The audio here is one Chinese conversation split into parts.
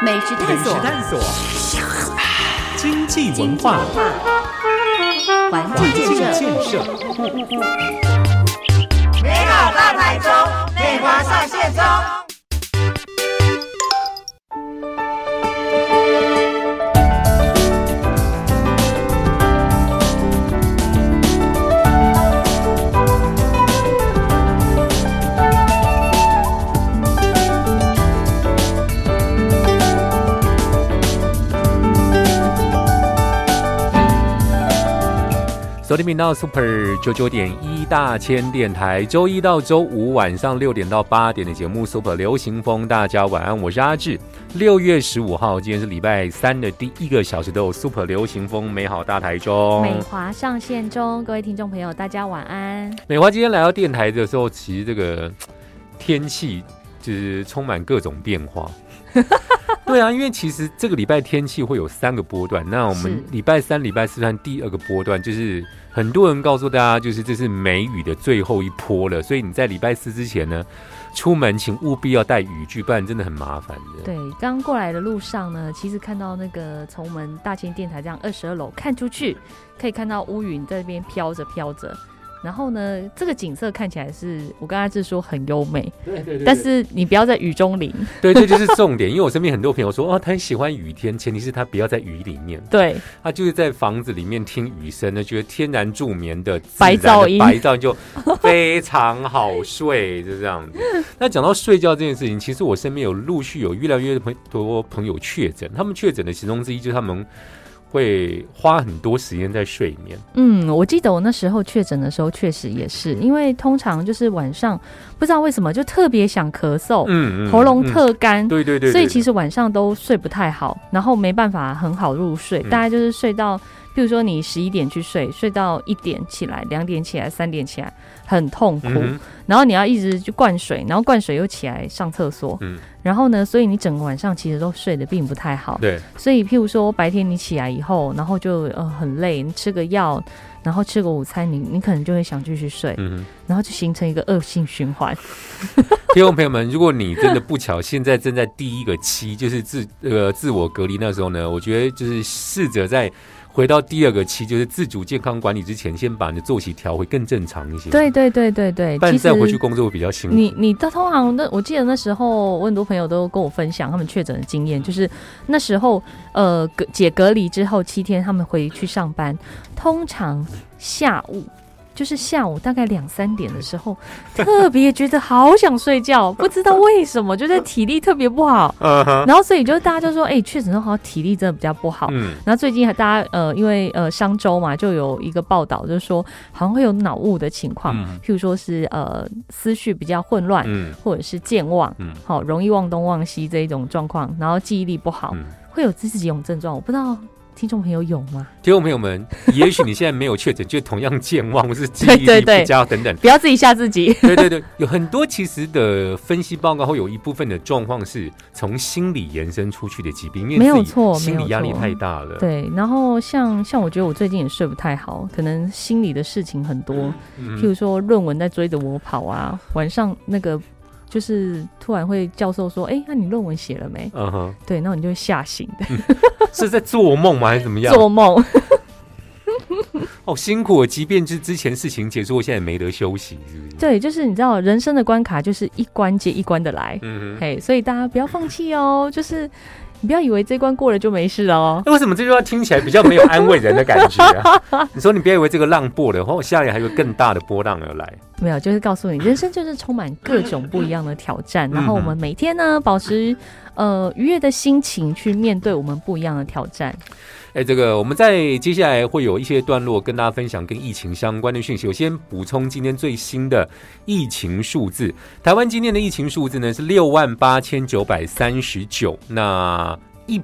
美食探索， 经济文化， 环境建设， 美好大台中，内华上线中。 收听频道 Super 99.1大千电台，周一到周五晚上6点到8点的节目 Super 流行风，大家晚安，我是阿志。6月15号，今天是礼拜3的第1个小时，都有 Super 流行风，美好大台中， 美华上线中，各位听众朋友，大家晚安。 美华今天来到电台的时候，其实这个天气就是充满各种变化。对啊，因为其实这个礼拜天气会有3个波段，那我们礼拜3、礼拜4算第2个波段，就是很多人告诉大家，就是这是梅雨的最后一波了，所以你在礼拜4之前呢，出门请务必要带雨具，不然真的很麻烦的。 对，刚过来的路上呢，其实看到那个从我们大千电台这样22楼看出去，可以看到乌云在那边飘着飘着。然后呢，这个景色看起来是我跟阿志说很优美，对，但是你不要在雨中淋。对， 这就是重点。因为我身边很多朋友说，他很喜欢雨天，前提是他不要在雨里面。 对， 他就是在房子里面听雨声呢，觉得天然助眠的白噪音就非常好睡，就这样子。那讲到睡觉这件事情，其实我身边陆续有越来越多朋友确诊，他们确诊的其中之一就是他们会花很多时间在睡眠。 我记得我那时候确诊的时候，确实也是，因为通常就是晚上不知道为什么就特别想咳嗽，喉咙特干， 对， 所以其实晚上都睡不太好，然后没办法很好入睡，大概就是睡到，譬如说你11点去睡，睡到1点起来，2点起来，3点起来，很痛苦。然后你要一直去灌水，然后灌水又起来上厕所，然后呢，所以你整个晚上其实都睡得并不太好。 对， 所以譬如说白天你起来以后，然后就很累，你吃个药，然后吃个午餐，你可能就会想继续睡，然后就形成一个恶性循环。 听众朋友们，如果你真的不巧现在正在第1个期，就是自我隔离那时候呢，我觉得就是试着在回到第2个期，就是自主健康管理之前，先把你的作息调回更正常一些。 对， 不然再回去工作会比较辛苦。 你通常我记得那时候，我很多朋友都跟我分享他们确诊的经验，就是那时候解隔离之后7天，他们回去上班，通常下午大概2、3点的时候，特别觉得好想睡觉，不知道为什么，就是体力特别不好。然后所以就大家就说，确诊后好像体力真的比较不好。然后最近大家因为商周嘛，就有一个报道，就是说好像会有脑雾的情况，譬如说是思绪比较混乱，或者是健忘，容易忘东忘西这一种状况，然后记忆力不好，会有这几种症状。我不知道听众朋友有吗？ 听众朋友们，也许你现在没有确诊，就同样健忘或是记忆力不佳等等， 不要自己吓自己。 对，有很多其实的分析报告会有一部分的状况是从心理延伸出去的疾病，因为没有错， 心理压力太大了。 对，然后像我觉得我最近也睡不太好，可能心理的事情很多，譬如说论文在追着我跑啊，晚上那个。就是突然会教授说，那你论文写了没？对，那你就会吓醒的。 是在做梦吗？还是怎么样？ 做梦。 好辛苦，即便是之前事情结束，我现在也没得休息，是不是？ 对，就是你知道，人生的关卡就是一关接一关的来，所以大家不要放弃哦，就是。你不要以为这关过了就没事了哦。 为什么这句话听起来比较没有安慰人的感觉啊？你说你不要以为这个浪过了，然后下来还有更大的波浪而来。 没有，就是告诉你，人生就是充满各种不一样的挑战，然后我们每天呢保持愉悦的心情去面对我们不一样的挑战。 这个我们在接下来会有一些段落跟大家分享跟疫情相关的讯息。我先补充今天最新的疫情数字，台湾今天的疫情数字呢是68939，那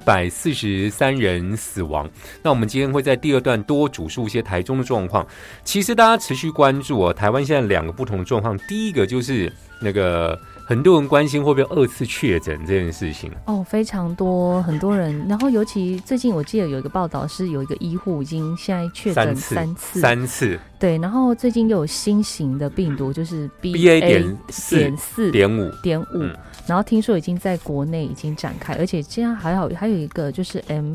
143人死亡。那我们今天会在第2段多主述一些台中的状况。其实大家持续关注台湾现在2个不同的状况。第一个就是那个很多人关心会不会2次确诊这件事情。 哦，非常多，很多人。然后尤其最近我记得有一个报道是有一个医护已经现在确诊3次。对，然后最近又有新型的病毒，就是 BA.4.5，然后听说已经在国内已经展开，而且现在还有一个就是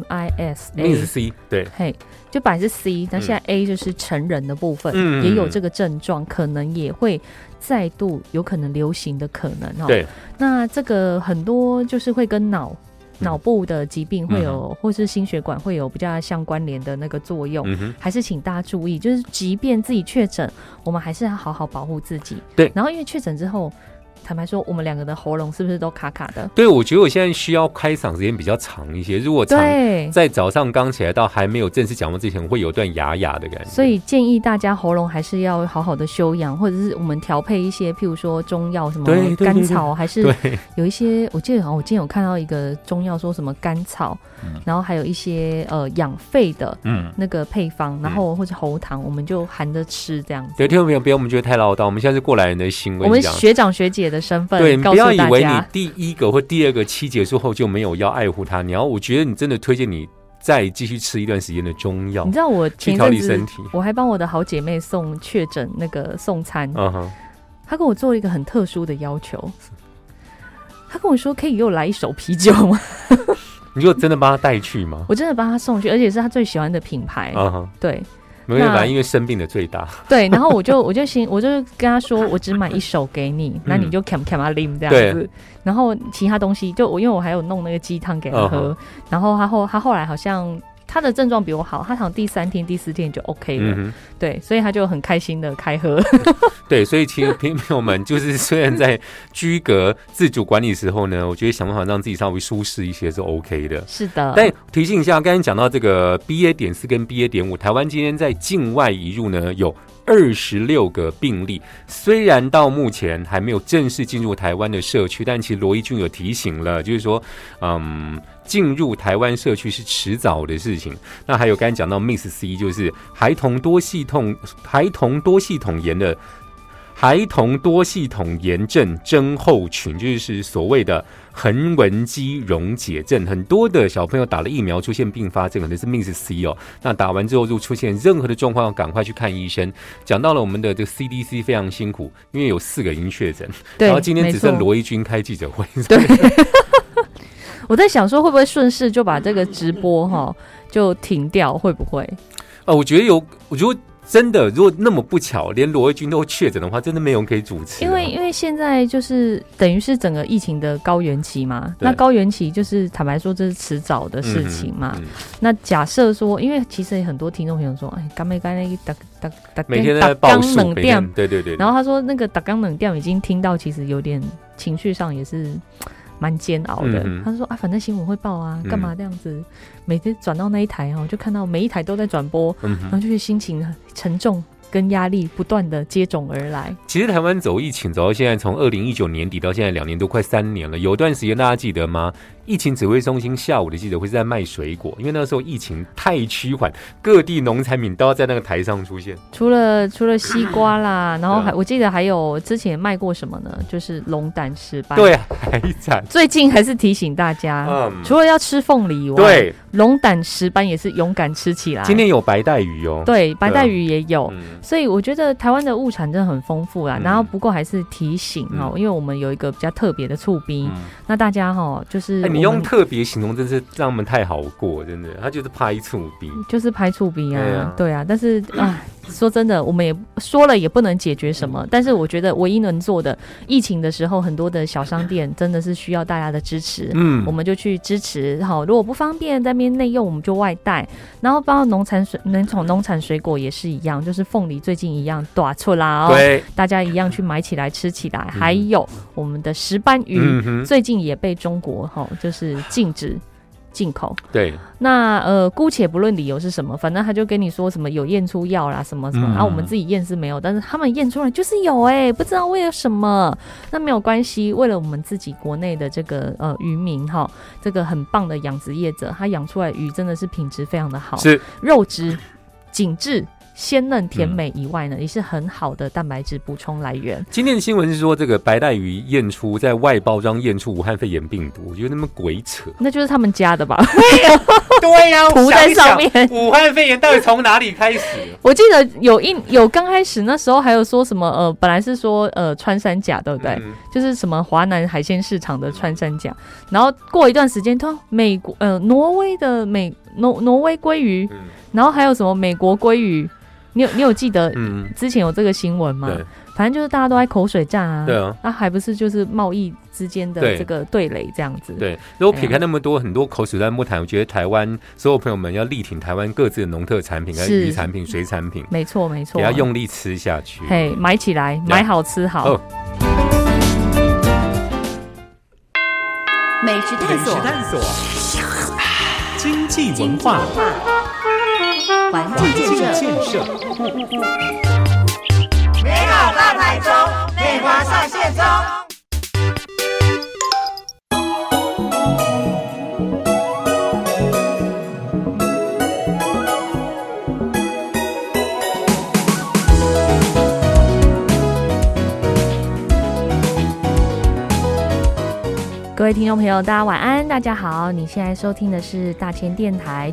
MIS-C， 对， 嘿，就本来是 C， 但现在 A 就是成人的部分，也有这个症状，可能也会再度有可能流行的可能哦。 对， 那这个很多就是会跟脑部的疾病会有，或是心血管会有比较相关联的那个作用，还是请大家注意，就是即便自己确诊，我们还是要好好保护自己。 对， 然后因为确诊之后，坦白说，我们2个的喉咙是不是都卡卡的？ 对，我觉得我现在需要开嗓时间比较长一些。如果在早上刚起来到还没有正式讲话之前，会有段哑哑的感觉。 所以建议大家喉咙还是要好好的休养，或者是我们调配一些，譬如说中药什么甘草，还是有一些，我记得好像我今天有看到一个中药说什么甘草，然后还有一些养肺的那个配方，然后或者喉糖，我们就含着吃这样子。 对，听众朋友，不要我们觉得太唠叨，我们现在是过来人的行为， 我们学长学姐的身份， 对，你不要以为你第1个或第2个期结束后就没有要爱护它，我觉得你真的推荐你再继续吃一段时间的中药。 你知道我前调理身体， 我还帮我的好姐妹送确诊那个送餐，她跟我做了一个很特殊的要求，她跟我说可以给我来1手啤酒吗？ 你就真的帮她带去吗？ 我真的帮她送去，而且是她最喜欢的品牌，对。 没办法，因为生病的最大。 对，然后我就跟他说，我只买1手给你，那你就 cam 啊 lim 这样子。然后其他东西因为我还有弄那个鸡汤给他喝，然后他后来好像他的症状比我好，他好像第3天第4天就 OK 了，对，所以他就很开心的开喝。 对，所以其实朋友们就是虽然在居隔自主管理的时候呢，我觉得想办法让自己稍微舒适一些是 OK 的。 是的， 但提醒一下，刚才讲到这个 BA.4 跟 BA.5， 台湾今天在境外移入呢有26个病例，虽然到目前还没有正式进入台湾的社区，但其实罗一军有提醒了，就是说进入台湾社区是迟早的事情。那还有刚才讲到 MIS-C， 就是孩童多系统炎症症候群，就是所谓的横纹肌溶解症。很多的小朋友打了疫苗出现并发症，可能是 MIS-C 哦。那打完之后如果出现任何的状况，要赶快去看医生。讲到了我们的这个 CDC 非常辛苦，因为有4个已经确诊，然后今天只剩罗一军开记者会。 对。我在想说，会不会顺势就把这个直播就停掉？会不会？ 我觉得真的，如果那么不巧，连罗一军都确诊的话，真的没有人可以主持。 因为现在就是等于是整个疫情的高原期嘛，那高原期就是坦白说这是迟早的事情嘛。那假设说，因为其实很多听众朋友说，刚那每天在报数，冷掉，对。 然后他说那个打刚冷掉已经听到，其实有点情绪上也是蛮煎熬的。他说反正新闻会报啊，干嘛这样子？每天转到那一台就看到每一台都在转播，然后就是心情沉重跟压力不断的接踵而来。 其实台湾走疫情走到现在，从2019年底到现在2年多，快3年了。有段时间大家记得吗？疫情指挥中心下午的记者会是在卖水果，因为那时候疫情太趋缓，各地农产品都要在那个台上出现。 除了西瓜啦，然后我记得还有之前卖过什么呢？就是龙胆石斑。 对，海产。 最近还是提醒大家，除了要吃凤梨以外，对，龙胆石斑也是勇敢吃起来。 今天有白带鱼哦， 对，白带鱼也有。所以我觉得台湾的物产真的很丰富啦。然后不过还是提醒因为我们有一个比较特别的醋逼，那大家就是。 你用特别形容真是让我们太好过，真的，他就是拍醋逼， 就是拍醋逼啊，对啊。但是说真的，我们也说了也不能解决什么，但是我觉得唯一能做的，疫情的时候很多的小商店真的是需要大家的支持，我们就去支持。如果不方便在那边内用，我们就外带。然后包括农产水果也是一样，就是凤梨最近一样大出啦对，大家一样去买起来吃起来。还有我们的石斑鱼，最近也被中国就是禁止进口。 对， 那姑且不论理由是什么，反正他就跟你说什么有验出药啦什么什么，我们自己验是没有，但是他们验出来就是有不知道为了什么。那没有关系，为了我们自己国内的这个渔民这个很棒的养殖业者，他养出来的鱼真的是品质非常的好， 是肉质紧致鲜嫩甜美以外呢，也是很好的蛋白质补充来源。 今天的新闻是说，这个白带鱼验出在外包装验出武汉肺炎病毒，我觉得那么鬼扯。 那就是他们家的吧？ 对呀、 涂在上面。 武汉肺炎到底从哪里开始？ 我记得有刚开始那时候还有说什么本来是说穿山甲对不对？就是什么华南海鲜市场的穿山甲，然后过一段时间，突美国挪威的挪威鲑鱼，然后还有什么美国鲑鱼，你有记得之前有这个新闻吗？反正就是大家都在口水战啊，对啊，那还不是就是贸易之间的这个对垒这样子。对， 如果撇开那么多很多口水战不谈，我觉得台湾所有朋友们要力挺台湾各自的农特产品、鱼产品、水产品， 没错没错， 也要用力吃下去。 嘿，买起来，买好吃好。 美食探索，经济文化，环境建设。 美好大台中，内华上线中。 各位听众朋友，大家晚安，大家好，你现在收听的是大千电台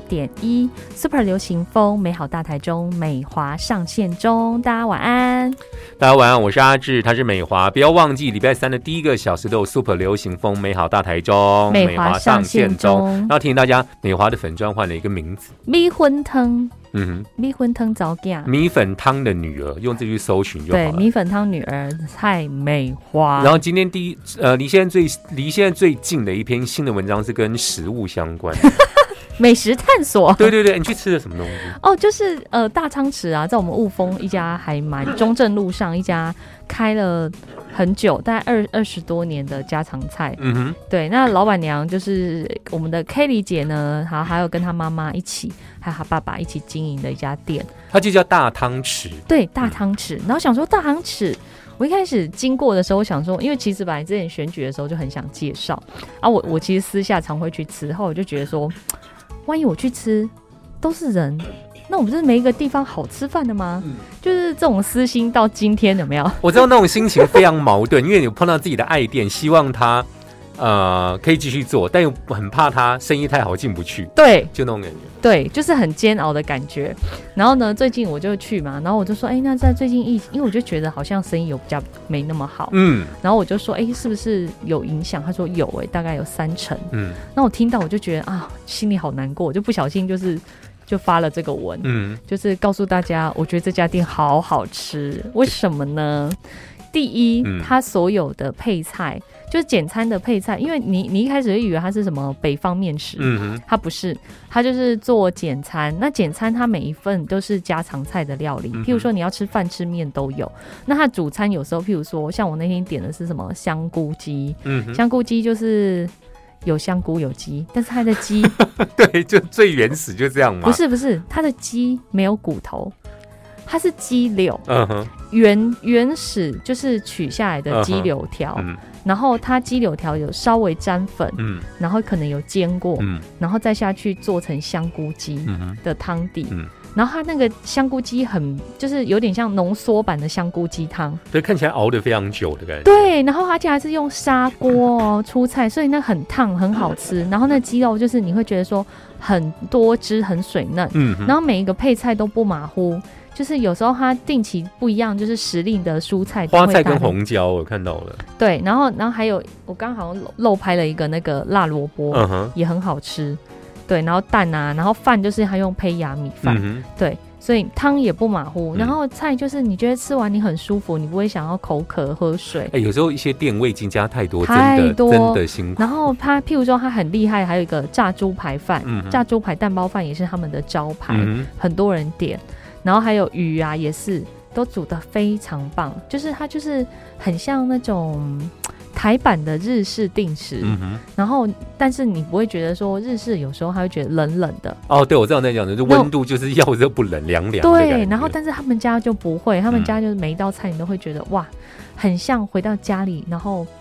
99.1 Super 流行风美好大台中美华上线中，大家晚安。 大家晚安，我是阿志，他是美华，不要忘记礼拜三的第一个小时都有 Super 流行风美好大台中美华上线中。 然后提醒大家，美华的粉专换了一个名字， 米粉汤。米粉汤早嫁， 米粉汤的女儿，用这句搜寻就好了。 对，米粉汤女儿蔡美华。 然后今天离现在最近的一篇新的文章是跟食物相关。 美食探索， 对对对，你去吃了什么东西？ 哦，就是大昌池啊，在我们雾峰一家还蛮中正路上一家开了很久，大概20多年的家常菜。对，那老板娘就是我们的 Kelly 姐呢，还有跟她妈妈一起，还有她爸爸一起经营的一家店， 它就叫大汤池。 对，大汤池。然后想说大汤池。我一开始经过的时候，我想说，因为其实本来之前选举的时候就很想介绍啊，我其实私下常会去吃，后我就觉得说，万一我去吃都是人，那我不是没一个地方好吃饭的吗？就是这种私心到今天有没有？ 我知道那种心情非常矛盾，因为你碰到自己的爱店，希望他可以继续做，但又很怕他生意太好进不去。 对， 就那种感觉。 对，就是很煎熬的感觉。然后呢，最近我就去嘛，然后我就说，那在最近因为我就觉得好像生意有比较没那么好，然后我就说，是不是有影响？他说有，大概有30%。那我听到我就觉得心里好难过，我就不小心就发了这个文，就是告诉大家，我觉得这家店好好吃，为什么呢？第一，它所有的配菜就是简餐的配菜，因为你一开始会以为它是什么北方面食，它不是，它就是做简餐。那简餐它每一份都是家常菜的料理，譬如说你要吃饭吃面都有。那它主餐有时候，譬如说像我那天点的是什么香菇鸡，香菇鸡就是有香菇有鸡，但是它的鸡对，就最原始就这样嘛。 不是，它的鸡没有骨头。它是鸡柳，原始就是取下来的鸡柳条，然后它鸡柳条有稍微沾粉，然后可能有煎过，然后再下去做成香菇鸡的汤底，然后它那个香菇鸡就是有点像浓缩版的香菇鸡汤， 对，看起来熬得非常久的感觉。 对，然后而且还是用砂锅出菜，所以那很烫，很好吃。然后那鸡肉就是你会觉得说很多汁，很水嫩，然后每一个配菜都不马虎。就是有时候它定期不一样，就是时令的蔬菜， 花菜跟红椒我看到了。对， 然后还有我刚好漏拍了一个那个辣萝卜，也很好吃。对，然后蛋啊，然后饭就是它用胚芽米饭，对，所以汤也不马虎。然后菜就是你觉得吃完你很舒服，你不会想要口渴喝水。 有时候一些店味精加太多，真的辛苦。 然后它譬如说它很厉害，还有一个炸猪排饭，炸猪排蛋包饭也是他们的招牌，很多人点。然后还有鱼啊，也是都煮得非常棒，就是它就是很像那种台版的日式定食，然后但是你不会觉得说日式有时候它会觉得冷冷的。对， 我知道在讲的，就温度就是要热不冷，凉凉的。 对，然后但是他们家就不会，他们家就是每一道菜你都会觉得哇，很像回到家里，然后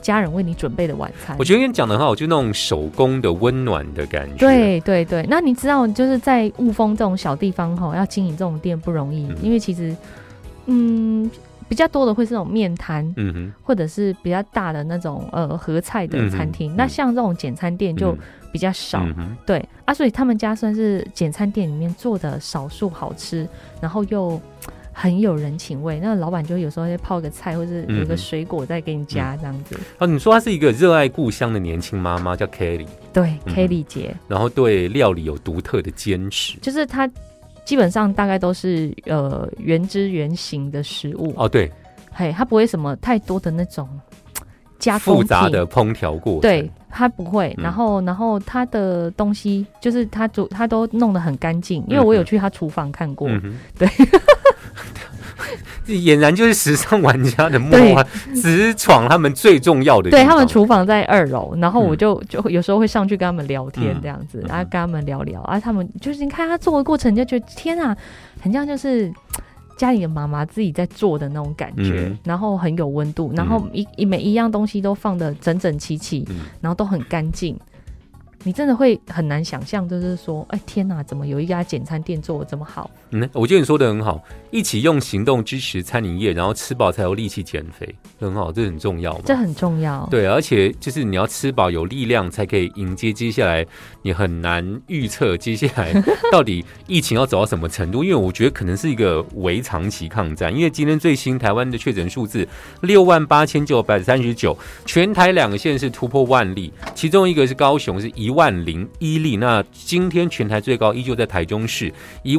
家人为你准备的晚餐。 我觉得你讲的很好，就那种手工的温暖的感觉。 对对对，那你知道就是在雾峰这种小地方要经营这种店不容易，因为其实比较多的会是那种面摊，或者是比较大的那种合菜的餐厅。那像这种简餐店就比较少，对啊，所以他们家算是简餐店里面做的少数好吃，然后又很有人情味。那老板就有时候会泡个菜，或是有个水果再给你加这样子。 你说她是一个热爱故乡的年轻妈妈，叫 Kelly， 对 ，Kelly 姐，然后对料理有独特的坚持， 就是她基本上大概都是原汁原形的食物哦，对， 它不会什么太多的那种加工复杂的烹调过程， 对，它不会。然后它的东西就是它都弄得很干净，因为我有去他厨房看过，对。 俨然就是时尚玩家的梦啊，直闯他们最重要的地方。 对，他们厨房在2楼，然后我就有时候会上去跟他们聊天这样子，然后跟他们聊聊啊，他们就是你看他做的过程，就觉得天啊，很像就是家里的妈妈自己在做的那种感觉，然后很有温度，然后每一样东西都放得整整齐齐，然后都很干净。你真的会很难想象，就是说，天哪，怎么有一家简餐店做得这么好？ 我觉得你说的很好，一起用行动支持餐饮业，然后吃饱才有力气减肥，很好，这很重要嘛。 这很重要， 对，而且就是你要吃饱有力量，才可以迎接接下来你很难预测接下来到底疫情要走到什么程度，因为我觉得可能是一个微长期抗战。因为今天最新台湾的确诊数字68939，全台2个县市突破10000例，其中一个是高雄是10001例，那今天全台最高依旧在台中市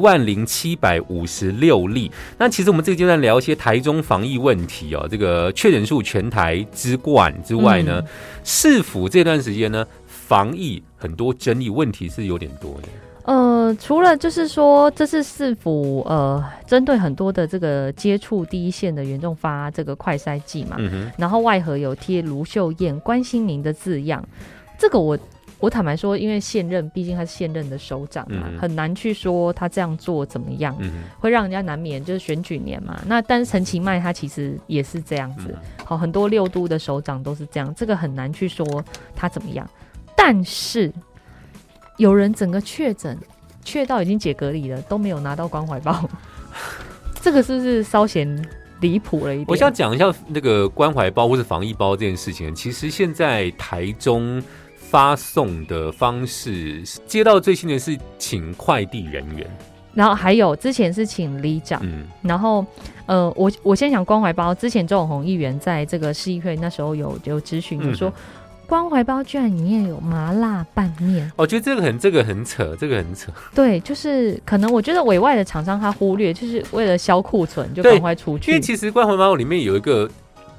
10756例。那其实我们这个阶段聊一些台中防疫问题哦，这个确诊数全台之冠之外呢，市府这段时间呢防疫很多争议问题是有点多的。 除了就是说这次市府针对很多的这个接触第一线的民众发这个快筛剂嘛，然后外盒有贴卢秀燕关心您的字样，这个我坦白说，因为毕竟他是现任的首长嘛，很难去说他这样做怎么样，会让人家难免就是选举年嘛。那但是陈其迈他其实也是这样子，很多6都的首长都是这样，这个很难去说他怎么样。但是有人整个确到已经解隔离了，都没有拿到关怀包，这个是不是稍显离谱了一点？ 我想讲一下那个关怀包或是防疫包这件事情。其实现在台中发送的方式，接到最新的是请快递人员， 然后还有之前是请里长，然后我先讲关怀包。之前周永鸿议员在这个市议会那时候有质询，就说关怀包居然里面有麻辣拌面， 我觉得这个很扯，这个很扯。 对，就是可能我觉得委外的厂商他忽略，就是为了销库存就赶快出去。 因为其实关怀包里面有一个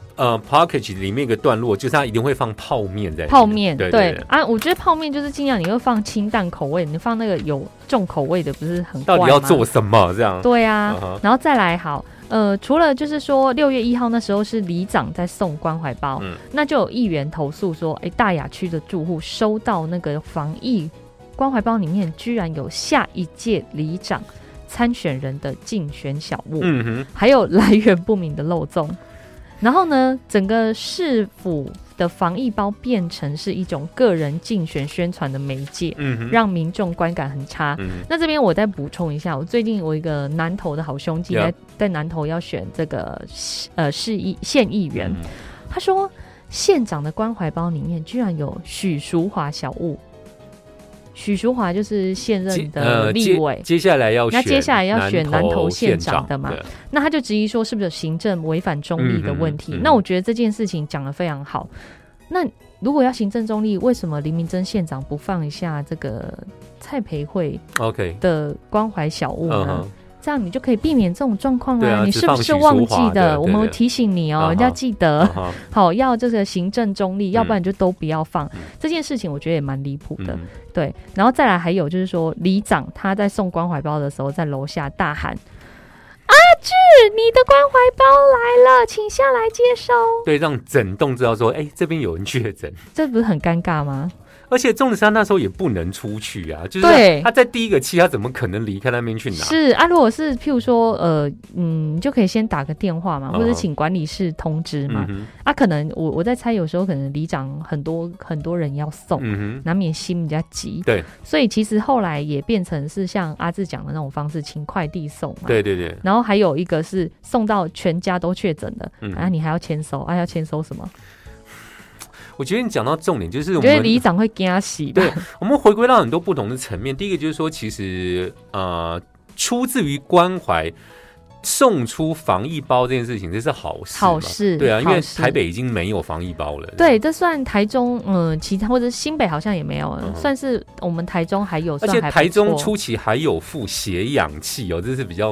package 里面一个段落，就是它一定会放泡面在里面。 泡面， 对啊，我觉得泡面就是尽量你会放清淡口味，你放那个有重口味的不是很怪吗？ 到底要做什么这样？ 对啊，然后再来好。除了就是说6月1号那时候是里长在送关怀包，那就有议员投诉说，大雅区的住户收到那个防疫关怀包里面居然有下一届里长参选人的竞选小物，还有来源不明的漏洞。然后呢，整个市府的防疫包变成是一种个人竞选宣传的媒介，让民众观感很差。那这边我再补充一下，我最近我一个南投的好兄弟在南投要选这个县议员，他说县长的关怀包里面居然有许淑华小物。许淑华就是现任的立委，接下来要选南投县长的嘛，那他就质疑说是不是有行政违反中立的问题。那我觉得这件事情讲得非常好。那如果要行政中立，为什么林明珍县长不放一下这个蔡培慧的关怀小物呢？这样你就可以避免这种状况啊！你是不是忘记的？我们提醒你哦，人家记得好要这个行政中立，要不然就都不要放。这件事情我觉得也蛮离谱的，对。然后再来还有就是说，里长他在送关怀包的时候，在楼下大喊：“阿志，你的关怀包来了，请下来接收。”对，让整栋知道说，这边有人确诊，这不是很尴尬吗？ 而且重点是他那时候也不能出去啊，就是他在第一个期，他怎么可能离开那边去拿？ 是啊，如果是譬如说你就可以先打个电话嘛，或者请管理室通知嘛。可能我在猜，有时候可能里长很多人要送，难免心比较急。对，所以其实后来也变成是像阿志讲的那种方式，请快递送嘛。对对对。然后还有一个是送到全家都确诊的，你还要签收，要签收什么？ 我觉得你讲到重点，就是我觉得里长会惊喜。 对，我们回归到很多不同的层面。第一个就是说，其实出自于关怀，送出防疫包这件事情，这是好事。好事，对啊，因为台北已经没有防疫包了。 对，这算台中，其他或者新北好像也没有了，算是我们台中还有， 而且台中初期还有附血氧器这是比较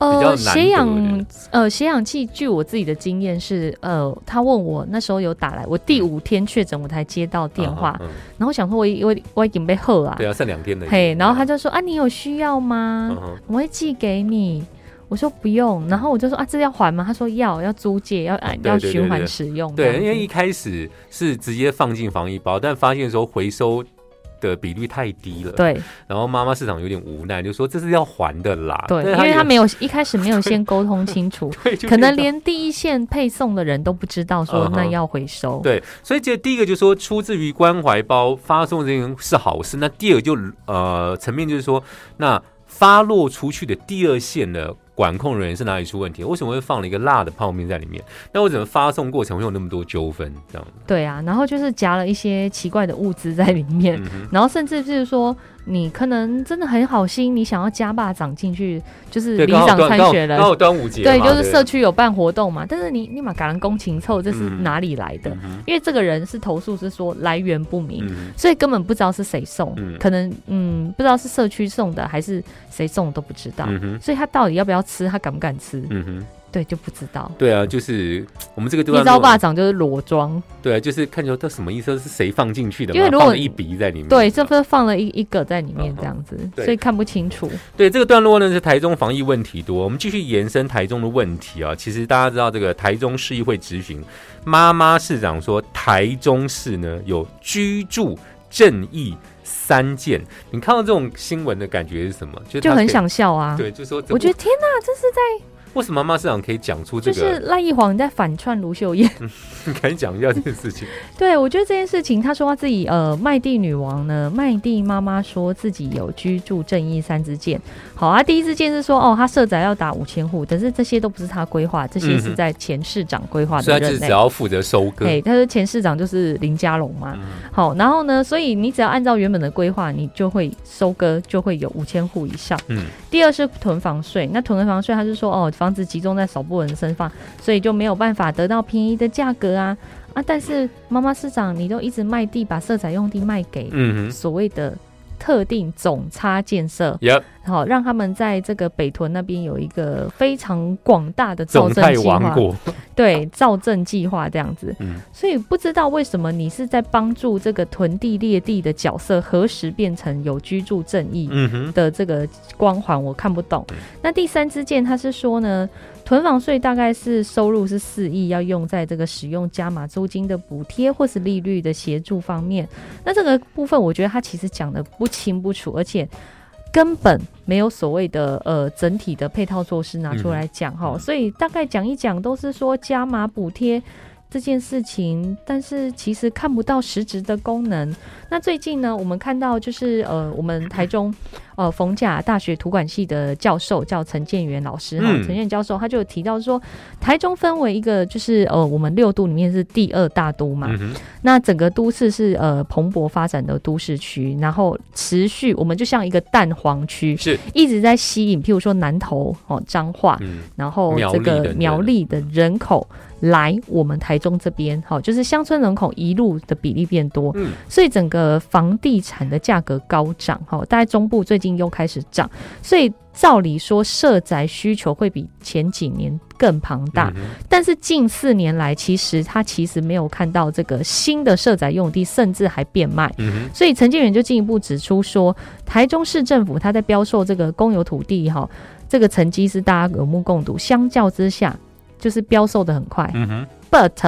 血氧器，据我自己的经验是，他问我那时候有打来，我第5天确诊，我才接到电话，然后我想说我已经被喝啊， 对啊，剩2天的， 嘿，然后他就说你有需要吗？我会寄给你。我说不用，然后我就说这要还吗？他说要租借，要循环使用。 对，因为一开始是直接放进防疫包，但发现说回收的比率太低了，对，然后妈妈市场有点无奈，就说这是要还的啦， 对，因为他一开始没有先沟通清楚，可能连第一线配送的人都不知道说那要回收， 对，所以这第一个就是说出自于关怀包发送这件是好事，那第二个就层面就是说，那发落出去的第二线的管控人员是哪里出问题？为什么会放了一个辣的泡面在里面？那为什么发送过程会有那么多纠纷？这样对啊，然后就是夹了一些奇怪的物资在里面，然后甚至就是说，你可能真的很好心，你想要加霸掌进去，就是里长参选人， 刚好端午节， 对，就是社区有办活动嘛。但是你马赶人工勤凑，这是哪里来的？因为这个人是投诉是说来源不明，所以根本不知道是谁送，可能不知道是社区送的还是谁送都不知道，所以他到底要不要吃，他敢不敢吃？对，就不知道。 对啊，就是我们这个地方一招霸掌就是裸装。 对啊，就是看出他什么意思，是谁放进去的？因为如果放了一笔在里面， 对，这份放了一个在里面这样子，所以看不清楚。 对，这个段落呢是台中防疫问题多，我们继续延伸台中的问题啊。其实大家知道，这个台中市议会质询妈妈市长说，台中市呢有居住正义3件，你看到这种新闻的感觉是什么？ 就很想笑啊！ 对，就说我觉得天哪，这是在。 为什么妈妈市长可以讲出这个？ 就是赖奕煌在反串卢秀燕， 你赶紧讲一下这件事情。 对，我觉得这件事情，他说他自己麦地女王呢，麦地妈妈说自己有居住正义3支箭。好啊，第一支箭是说他社宅要打5000户，但是这些都不是他规划，这些是在前市长规划的所以他只要负责收割。 对，他说前市长就是林佳龙嘛。好，然后呢，所以你只要按照原本的规划，你就会收割，就会有5000户以上。第二是囤房税，那囤房税他是说房子集中在少部分人身上，所以就没有办法得到便宜的价格啊！但是妈妈市长，你都一直卖地，把社宅用地卖给所谓的特定总差建设，好让他们在这个北屯那边有一个非常广大的造镇计划，对，造镇计划这样子。所以不知道为什么你是在帮助这个囤地裂地的角色，何时变成有居住正义的这个光环，我看不懂。那第3支箭，他是说呢，囤房税大概是收入是4亿，要用在这个使用加码租金的补贴或是利率的协助方面。那这个部分，我觉得他其实讲的不清不楚，而且根本没有所谓的整体的配套措施拿出来讲所以大概讲一讲都是说加码补贴这件事情，但是其实看不到实质的功能。那最近呢，我们看到就是我们台中逢甲大学土管系的教授叫陈建元老师陈建元教授，他就有提到说，台中分为一个就是我们6都里面是第2大都嘛，那整个都市是蓬勃发展的都市区，然后持续我们就像一个蛋黄区，是一直在吸引，譬如说南投彰化，然后这个苗栗的人口来我们台中这边，就是乡村人口移入的比例变多，所以整个房地产的价格高涨，大概中部最近又开始涨，所以照理说社宅需求会比前几年更庞大，但是近4年来其实没有看到这个新的社宅用地，甚至还变卖，所以陈建元就进一步指出说，台中市政府他在标售这个公有土地这个成绩是大家有目共睹，相较之下就是标售的很快，but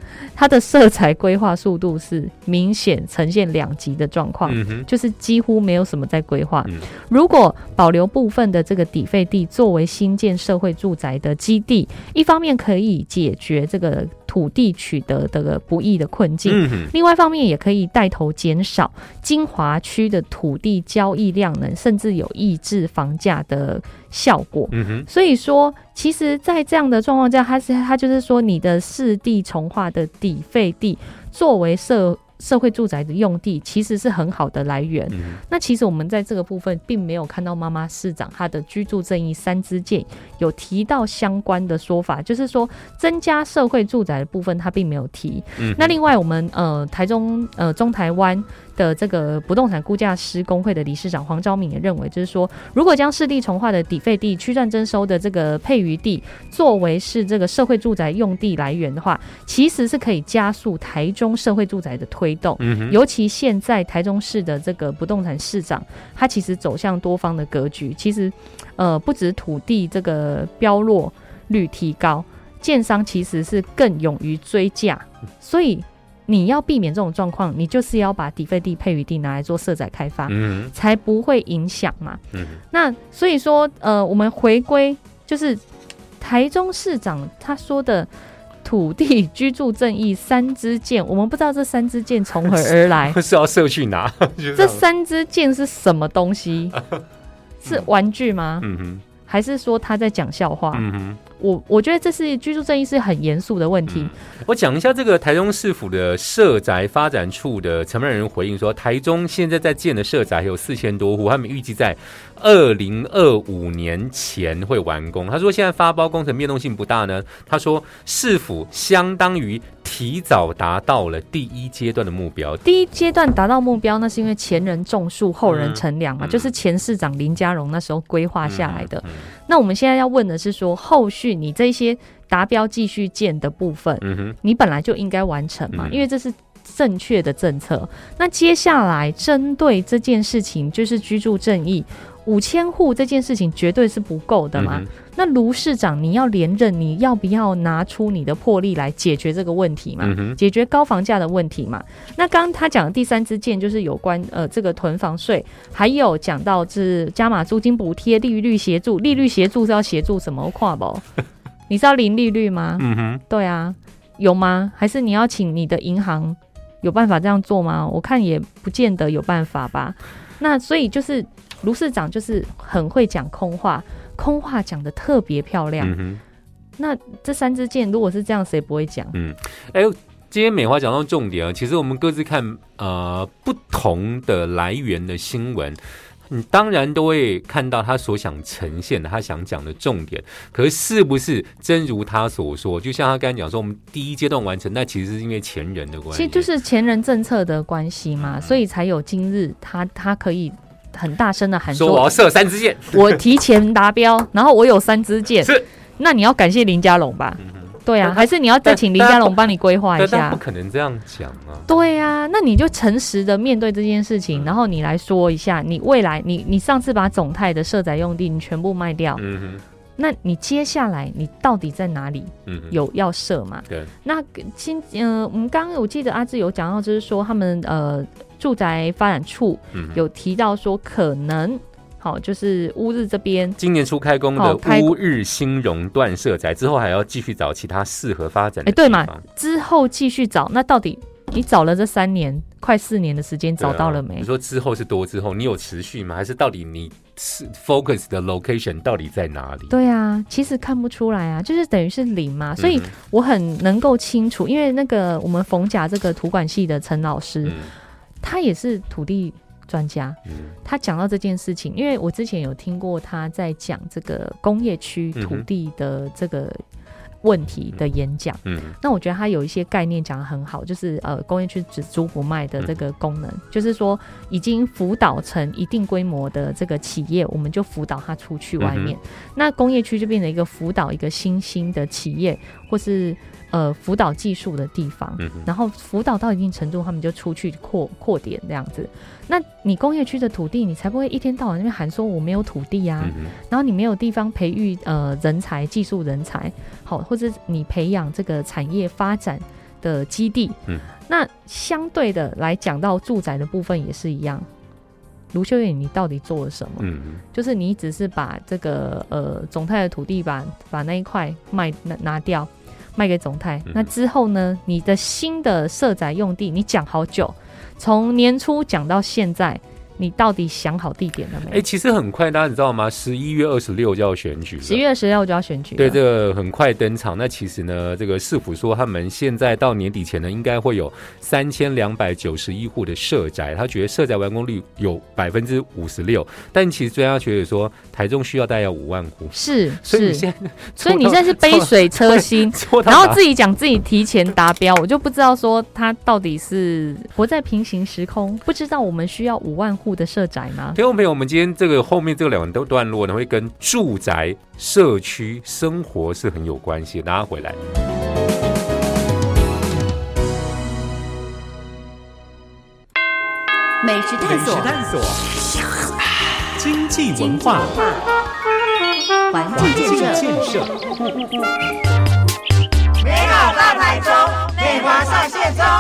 它的色彩规划速度是明显呈现两极的状况，就是几乎没有什么在规划。如果保留部分的这个底废地作为新建社会住宅的基地，一方面可以解决这个土地取得的不易的困境，另外一方面也可以带头减少精华区的土地交易量能，甚至有抑制房价的效果。所以说其实在这样的状况下，它就是说你的市地重划的底废地作为社会住宅的用地其实是很好的来源。那其实我们在这个部分并没有看到妈妈市长她的居住正义3支箭有提到相关的说法，就是说增加社会住宅的部分她并没有提。那另外我们台中中台湾的这个不动产估价师工会的理事长黄昭敏也认为，就是说如果将市地重划的底废地区段征收的这个配余地作为是这个社会住宅用地来源的话，其实是可以加速台中社会住宅的推动。尤其现在台中市的这个不动产市长他其实走向多方的格局，其实不止土地这个标落率提高，建商其实是更勇于追价，所以你要避免这种状况，你就是要把底废地配余地拿来做社宅开发，才不会影响嘛。那所以说我们回归就是台中市长他说的土地居住正义3支箭，我们不知道这3支箭从何而来是要社去拿这3支箭是什么东西是玩具吗？还是说他在讲笑话？我觉得这是居住正义是很严肃的问题。 我讲一下这个台中市府的社宅发展处的承办人回应说，台中现在在建的社宅有4000多户，他们预计在2025年前会完工。他说现在发包工程变动性不大呢，他说市府相当于提早达到了第1阶段的目标。 第1阶段达到目标，那是因为前人种树后人乘凉嘛，就是前市长林佳荣那时候规划下来的。那我们现在要问的是说，后续你这些达标继续建的部分，你本来就应该完成嘛，因为这是正确的政策。那接下来针对这件事情，就是居住正义5000户这件事情绝对是不够的嘛。那卢市长你要连任，你要不要拿出你的魄力来解决这个问题嘛？解决高房价的问题嘛？那刚刚他讲的第3支箭就是有关这个囤房税，还有讲到是加码租金补贴、利率协助。利率协助是要协助什么？我看不你知道零利率吗？对啊，有吗？还是你要请你的银行有办法这样做吗？我看也不见得有办法吧。那所以就是卢市长就是很会讲空话，空话讲得特别漂亮。那这3支箭如果是这样，谁不会讲？ 今天美华讲到重点啊，其实我们各自看不同的来源的新闻，你当然都会看到他所想呈现的，他想讲的重点。可是不是真如他所说？就像他刚才讲说，我们第1阶段完成，那其实是因为前人的关系， 其实就是前人政策的关系嘛，所以才有今日他可以很大声的喊说我要射3支箭， 我提前达标，然后我有3支箭，是，那你要感谢林佳龙吧？对啊，还是你要再请林佳龙帮你规划一下？ 不可能这样讲啊！ 对啊，那你就诚实的面对这件事情，然后你来说一下，你未来你上次把总泰的社宅用地你全部卖掉，那你接下来你到底在哪里有要设嘛？对，那我们刚刚我记得阿志有讲到，就是说他们住宅发展处有提到说可能。好，就是乌日这边今年初开工的乌日兴荣段社宅之后，还要继续找其他适合发展的地方。 对嘛？之后继续找，那到底你找了这3年，快4年的时间，找到了没？ 你说之后是多之后，你有持续吗？还是到底你是 focus 的 location 到底在哪里？ 对啊，其实看不出来啊，就是等于是0嘛。所以我很能够清楚，因为那个我们逢甲这个土管系的陈老师，他也是土地专家，他讲到这件事情，因为我之前有听过他在讲这个工业区土地的这个问题的演讲，那我觉得他有一些概念讲得很好，就是工业区只租不卖的这个功能，就是说已经辅导成一定规模的这个企业，我们就辅导他出去外面，那工业区就变成一个辅导一个新兴的企业或是辅导技术的地方，然后辅导到一定程度，他们就出去扩点这样子。那你工业区的土地，你才不会一天到晚那边喊说我没有土地啊，然后你没有地方培育人才、技术人才，好，或者你培养这个产业发展的基地。那相对的来讲到住宅的部分也是一样。卢秀燕，你到底做了什么？就是你只是把这个总泰的土地把那一块拿掉，卖给总泰。那之后呢，你的新的社宅用地，你讲好久，从年初讲到现在。你到底想好地点了没？ 其实很快，大家知道吗？11月26就要选举了 ，11月16就要选举了。 对，这个很快登场。那其实呢，这个市府说他们现在到年底前呢，应该会有3291户的社宅，他觉得社宅完工率有56%，但其实专家觉得说，台中需要大概要5万户。 是， 所以你现在是杯水车薪，然后自己讲自己提前达标，我就不知道说他到底是活在平行时空，不知道我们需要5万户的社宅吗？ 听众朋友，我们今天这个后面这个2个段落呢，会跟住宅、社区、生活是很有关系的。大家回来， 美食探索， 经济文化， 环境建设，美好大台中，内华上线中。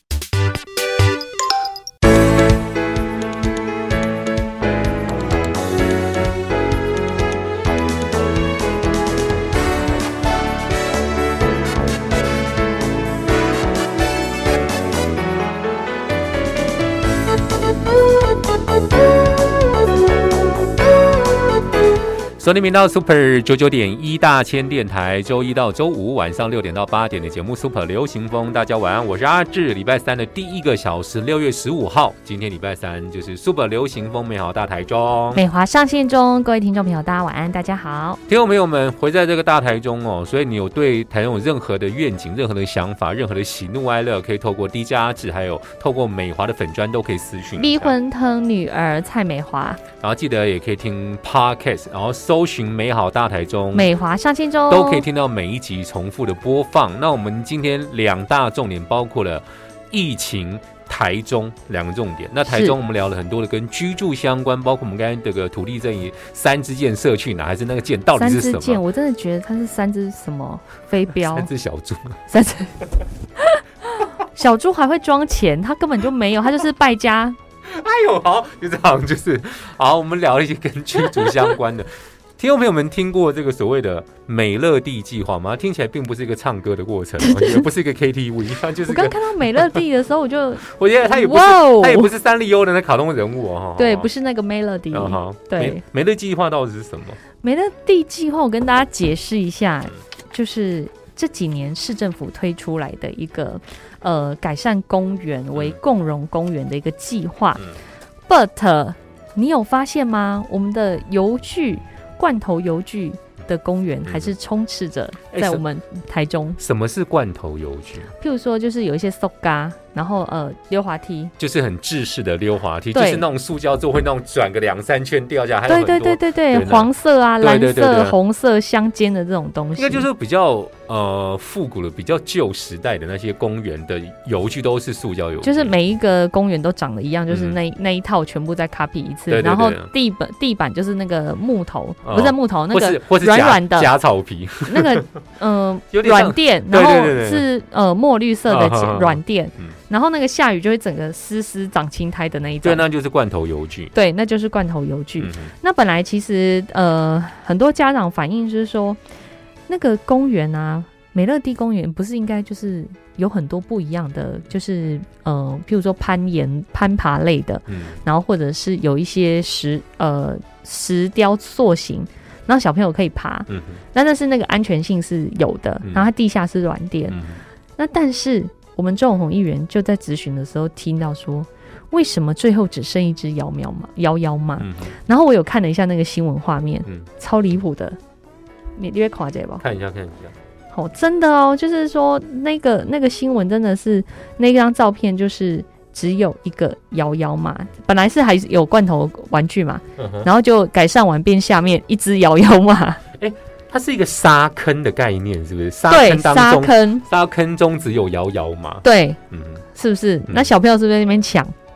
收听频道 Super 99.1大千电台，周一到周五晚上6点到8点的节目 Super 流行风，大家晚安，我是阿志。礼拜三的第一个小时，6月15号，今天礼拜三就是 Super 流行风美好大台中， 美华上线中，各位听众朋友，大家晚安，大家好。 听众朋友们，回在这个大台中哦，所以你有对台中有任何的愿景、任何的想法、任何的喜怒哀乐，可以透过 DJ 阿志，还有透过美华的粉专都可以私讯。 离婚疼女儿蔡美华， 然后记得也可以听 Podcast， 然后搜寻美好大台中、 美华上线中， 都可以听到每一集重复的播放。那我们今天2大重点包括了疫情、台中2个重点。那台中我们聊了很多的跟居住相关，包括我们刚才这个土地正义3支箭射去哪，还是那个箭到底是什么？3支箭， 我真的觉得它是3只什么飞镖 ？3只小猪 ，3只小猪还会装钱，它根本就没有，它就是败家。 哎呦，好，就这样，就是好。我们聊一些跟居住相关的。听众朋友们听过这个所谓的美乐地计划吗？听起来并不是一个唱歌的过程，也不是一个 KTV， 它就是。 我刚看到美乐地的时候，我觉得它也不是三丽鸥的那卡通人物哦。 对，不是那个 Melody。对， 美乐计划到底是什么？ 美乐地计划，我跟大家解释一下，就是这几年市政府推出来的一个改善公园为共融公园的一个计划。But 你有发现吗？我们的邮具。罐头邮具的公园还是充斥着在我们台中。 什么是罐头邮具？ 譬如说，就是有一些塑胶，然后溜滑梯， 就是很制式的溜滑梯，就是那种塑胶做会那种转个2-3圈掉下来，还有很多对，黄色啊、蓝色、红色相间的这种东西， 应该就是比较复古的、比较旧时代的那些公园的邮具都是塑胶邮具， 就是每一个公园都长得一样，就是那一套全部再 copy 一次，然后地板就是那个木头，不是木头，那个软软的假草皮， 那个软垫，然后是墨绿色的软垫。然后那个下雨就会整个湿长青苔的那一种， 对，那就是罐头邮具。 对，那就是罐头邮具。那本来其实很多家长反映就是说，那个公园啊，美乐地公园不是应该就是有很多不一样的，就是譬如说攀爬类的，然后或者是有一些石雕塑形，然后小朋友可以爬，但是那个安全性是有的，然后它地下是软垫，那但是。我们周永宏议员就在质询的时候听到说，为什么最后只剩一只摇摇马？然后我有看了一下那个新闻画面，超离谱的。你会看这吧？ 看一下。 哦，真的哦，就是说那个新闻真的是那张照片，就是只有一个摇马，本来是还有罐头玩具嘛，然后就改善完变下面一只摇马。 它是一个沙坑的概念，是不是？ 对，沙坑中只有摇马。 对，是不是？那小朋友是不是在那边抢？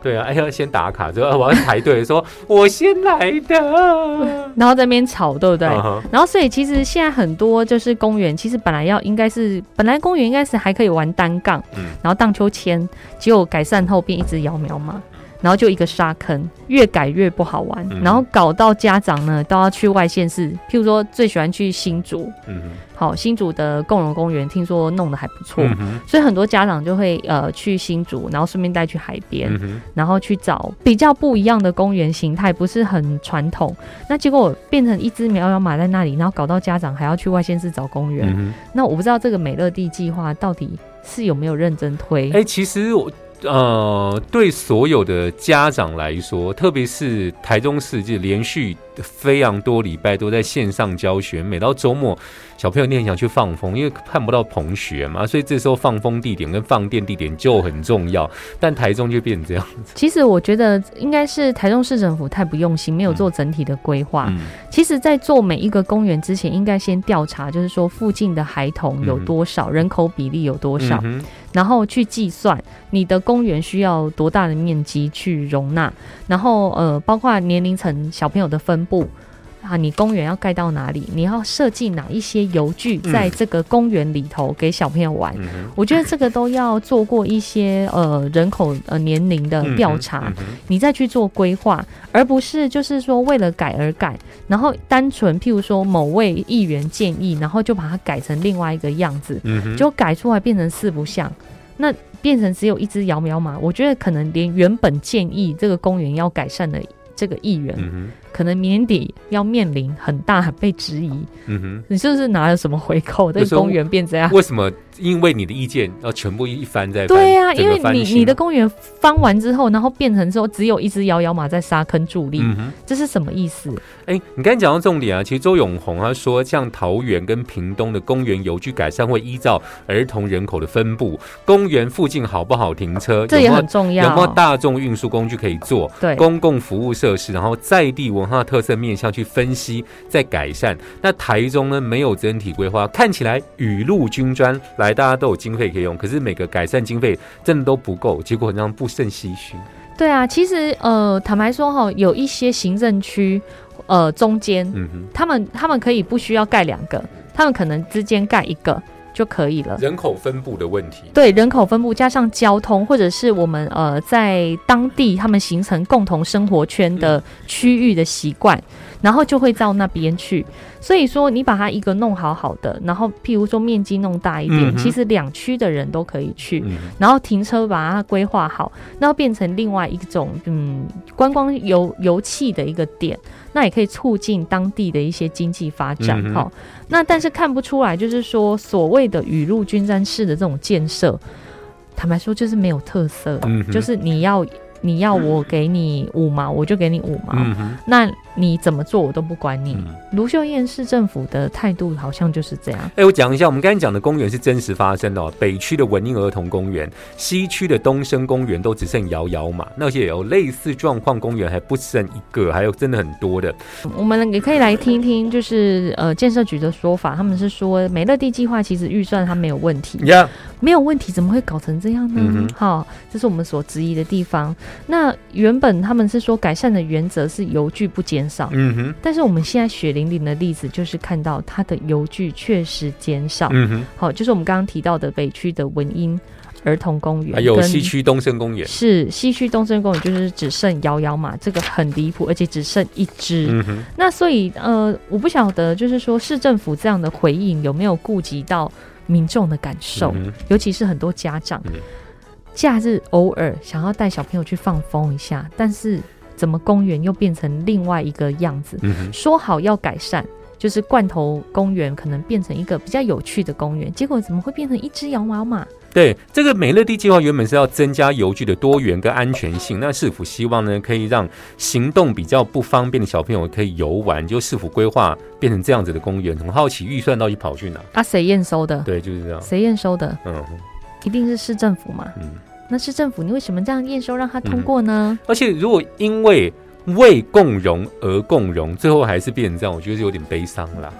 对啊，要先打卡，说我要排队，说我先来的， 然后在那边吵，对不对？然后所以其实现在很多就是公园，其实本来公园应该是还可以玩单杠，然后荡秋千，结果改善后变一只摇苗马。然后就一个沙坑，越改越不好玩，然后搞到家长呢都要去外县市，譬如说最喜欢去新竹，好，新竹的共荣公园听说弄得还不错，所以很多家长就会去新竹，然后顺便带去海边，然后去找比较不一样的公园形态，不是很传统。那结果变成一只苗苗马在那里，然后搞到家长还要去外县市找公园。那我不知道这个美乐地计划到底是有没有认真推？ 其实对所有的家长来说，特别是台中市，就连续非常多礼拜都在线上教学，每到周末小朋友你很想去放风，因为看不到同学嘛，所以这时候放风地点跟放电地点就很重要，但台中就变成这样子。 其实我觉得应该是台中市政府太不用心，没有做整体的规划。其实在做每一个公园之前，应该先调查，就是说附近的孩童有多少，人口比例有多少，然后去计算你的公园需要多大的面积去容纳，然后包括年龄层小朋友的分布啊，你公园要盖到哪里，你要设计哪一些游具在这个公园里头给小朋友玩。我觉得这个都要做过一些人口年龄的调查，你再去做规划，而不是就是说为了改而改，然后单纯譬如说某位议员建议，然后就把它改成另外一个样子，就改出来变成四不像，那变成只有一只摇苗马。我觉得可能连原本建议这个公园要改善的这个议员，可能年底要面临很大被质疑。你是不是拿了什么回扣？这个公园变这样？ 为什么？因为你的意见要全部一翻再翻。 对啊，因为你的公园翻完之后，然后变成说只有一只摇摇马在沙坑伫立，这是什么意思？ 你刚才讲到重点啊，其实周永宏他说，像桃园跟屏东的公园游具改善会依照儿童人口的分布，公园附近好不好停车， 这也很重要。 有没有大众运输工具可以做？对，公共服务设施，然后在地文化特色面向去分析，再改善。那台中呢，没有整体规划，看起来雨露均沾，来大家都有经费可以用，可是每个改善经费真的都不够，结果好像不胜唏嘘。 对啊，其实坦白说有一些行政区中间，他们可以不需要盖2个，他们可能之间盖1个就可以了。 人口分布的问题， 对，人口分布加上交通，或者是我们在当地他们形成共同生活圈的区域的习惯，然后就会到那边去。所以说你把它一个弄好好的，然后譬如说面积弄大一点，其实2区的人都可以去，然后停车把它规划好，那变成另外一种观光游憩的一个点，那也可以促进当地的一些经济发展。那但是看不出来，就是说所谓的雨露均沾式的这种建设，坦白说就是没有特色，就是你要我给你5毛，我就给你5毛，那你怎么做我都不管你。卢秀燕市政府的态度好像就是这样。 我讲一下，我们刚才讲的公园是真实发生的北区的文婴儿童公园，西区的东升公园都只剩摇摇马，那些有类似状况公园还不剩1个，还有真的很多的。 我们也可以来听听，就是建设局的说法，他们是说美乐地计划其实预算它没有问题，没有问题怎么会搞成这样呢？这是我们所质疑的地方。那原本他们是说改善的原则是游具不减少，但是我们现在血淋淋的例子就是看到它的游具确实减少。就是我们刚刚提到的北区的文婴儿童公园， 还有西区东升公园， 是西区东升公园就是只剩摇摇马，这个很离谱，而且只剩1只。那所以我不晓得就是说市政府这样的回应有没有顾及到民众的感受，尤其是很多家长假日偶尔想要带小朋友去放风一下，但是怎么公园又变成另外一个样子？说好要改善，就是罐头公园可能变成一个比较有趣的公园，结果怎么会变成1只摇毛马？ 对，这个美乐地计划原本是要增加游具的多元跟安全性，那市府希望呢可以让行动比较不方便的小朋友可以游玩，就市府规划变成这样子的公园。很好奇预算到底跑去哪？谁验收的？ 对，就是这样。 谁验收的？一定是市政府嘛。那市政府你为什么这样验收让它通过呢？ 而且如果因为共荣而共荣，最后还是变成这样，我觉得是有点悲伤啦。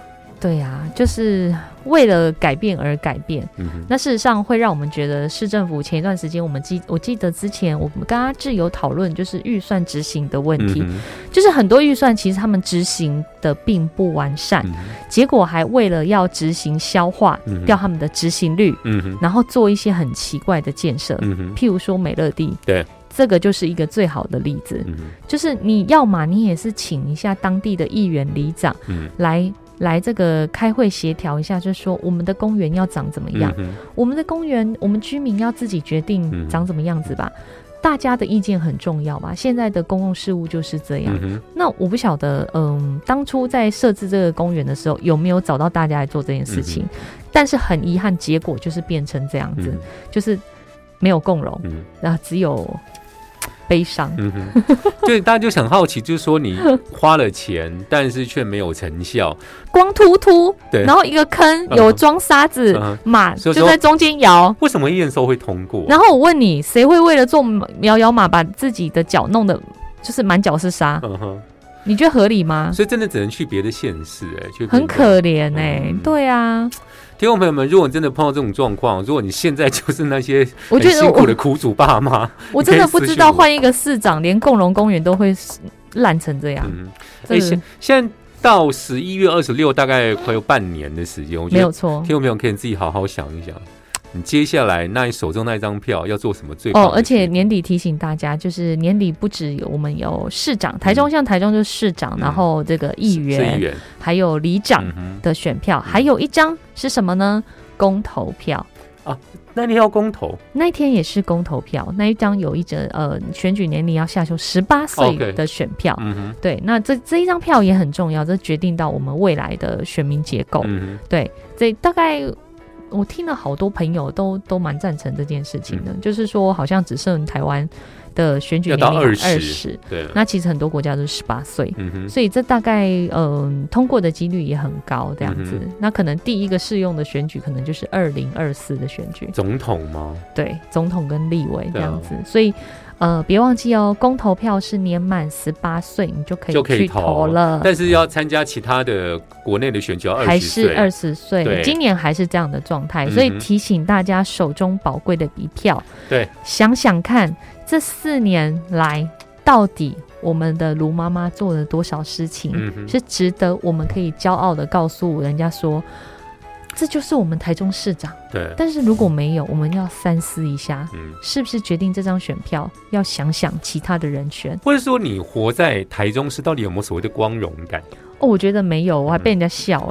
对啊，就是为了改变而改变。那事实上会让我们觉得市政府前一段时间我记得之前我们跟阿志有讨论，就是预算执行的问题，就是很多预算其实他们执行的并不完善，结果还为了要执行消化掉他们的执行率，然后做一些很奇怪的建设，譬如说美乐地， 对， 这个就是一个最好的例子，就是你要嘛你也是请一下当地的议员里长来这个开会协调一下，就是说我们的公园要长怎么样，我们的公园我们居民要自己决定长怎么样子吧，大家的意见很重要吧，现在的公共事务就是这样。那我不晓得当初在设置这个公园的时候有没有找到大家来做这件事情，但是很遗憾结果就是变成这样子，就是没有共融，然后只有悲伤。 对，大家就很好奇，就是说你花了钱，但是却没有成效， 光秃秃， 对， 然后一个坑有装沙子，马就在中间摇， 为什么验收会通过？ 然后我问你，谁会为了做摇摇马把自己的脚弄得就是满脚是沙？你觉得合理吗？ 所以真的只能去别的县市， 很可怜对啊。 听众朋友们，如果你真的碰到这种状况，如果你现在就是那些很辛苦的苦主爸妈， 我真的不知道换一个市长，连共荣公园都会烂成这样。 现在到11月26，大概快有半年的时间，我觉得没有错。 听众朋友可以自己好好想一想，你接下来你手中那张票要做什么最棒的事？ 而且年底提醒大家，就是年底不止我们有市长，台中像台中就是市长，然后这个议员还有里长的选票，还有一张是什么呢？公投票啊，那你要公投， 那一天也是公投票，那一张有一则选举年龄要下修18岁的选票，对，那这一张票也很重要，这决定到我们未来的选民结构，对，这大概。我听了好多朋友都蛮赞成这件事情的，就是说好像只剩台湾的选举年龄20， 对， 那其实很多国家都是18岁，所以这大概通过的几率也很高这样子。那可能第一个适用的选举可能就是2024的选举， 总统吗？ 对，总统跟立委这样子，所以。别忘记哦，公投票是年满18岁你就可以去投了， 但是要参加其他的国内的选举要20岁， 还是20岁，今年还是这样的状态，所以提醒大家手中宝贵的一票， 对， 想想看这4年来到底我们的卢妈妈做了多少事情，是值得我们可以骄傲的告诉人家说。这就是我们台中市长， 对。 但是如果没有，我们要三思一下，是不是决定这张选票，要想想其他的人选， 或者说你活在台中市到底有没有所谓的光荣感？ 我觉得没有，我还被人家笑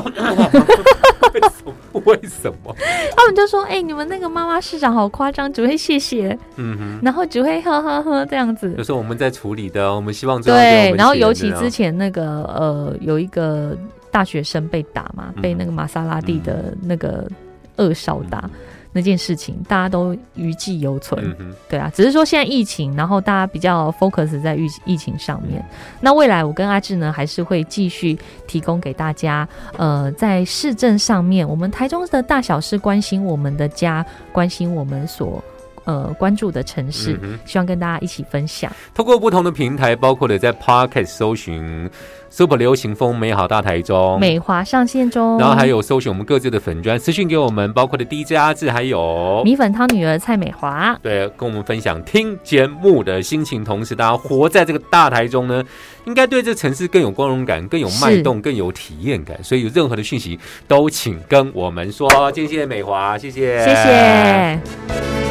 为什么？ 他们就说：“你们那个妈妈市长好夸张，只会谢谢，然后只会呵呵呵这样子。” 就是我们在处理的，我们希望对。然后尤其之前那个有一个。大学生被打嘛，被那个玛莎拉蒂的那个恶少打那件事情，大家都余悸犹存。对啊，只是说现在疫情，然后大家比较 focus 在疫情上面。那未来我跟阿志呢，还是会继续提供给大家，在市政上面，我们台中的大小事，关心我们的家，关心我们所。关注的城市，希望跟大家一起分享。 透过不同的平台，包括了在 Podcast 搜寻 Super 流行风美好大台中美华上线中， 然后还有搜寻我们各自的粉专私讯给我们，包括的 DJ 阿志，还有米粉汤女儿蔡美华， 对，跟我们分享听节目的心情，同时大家活在这个大台中呢，应该对这城市更有光荣感，更有脉动，更有体验感，所以有任何的讯息都请跟我们说。今天谢谢美华，谢谢。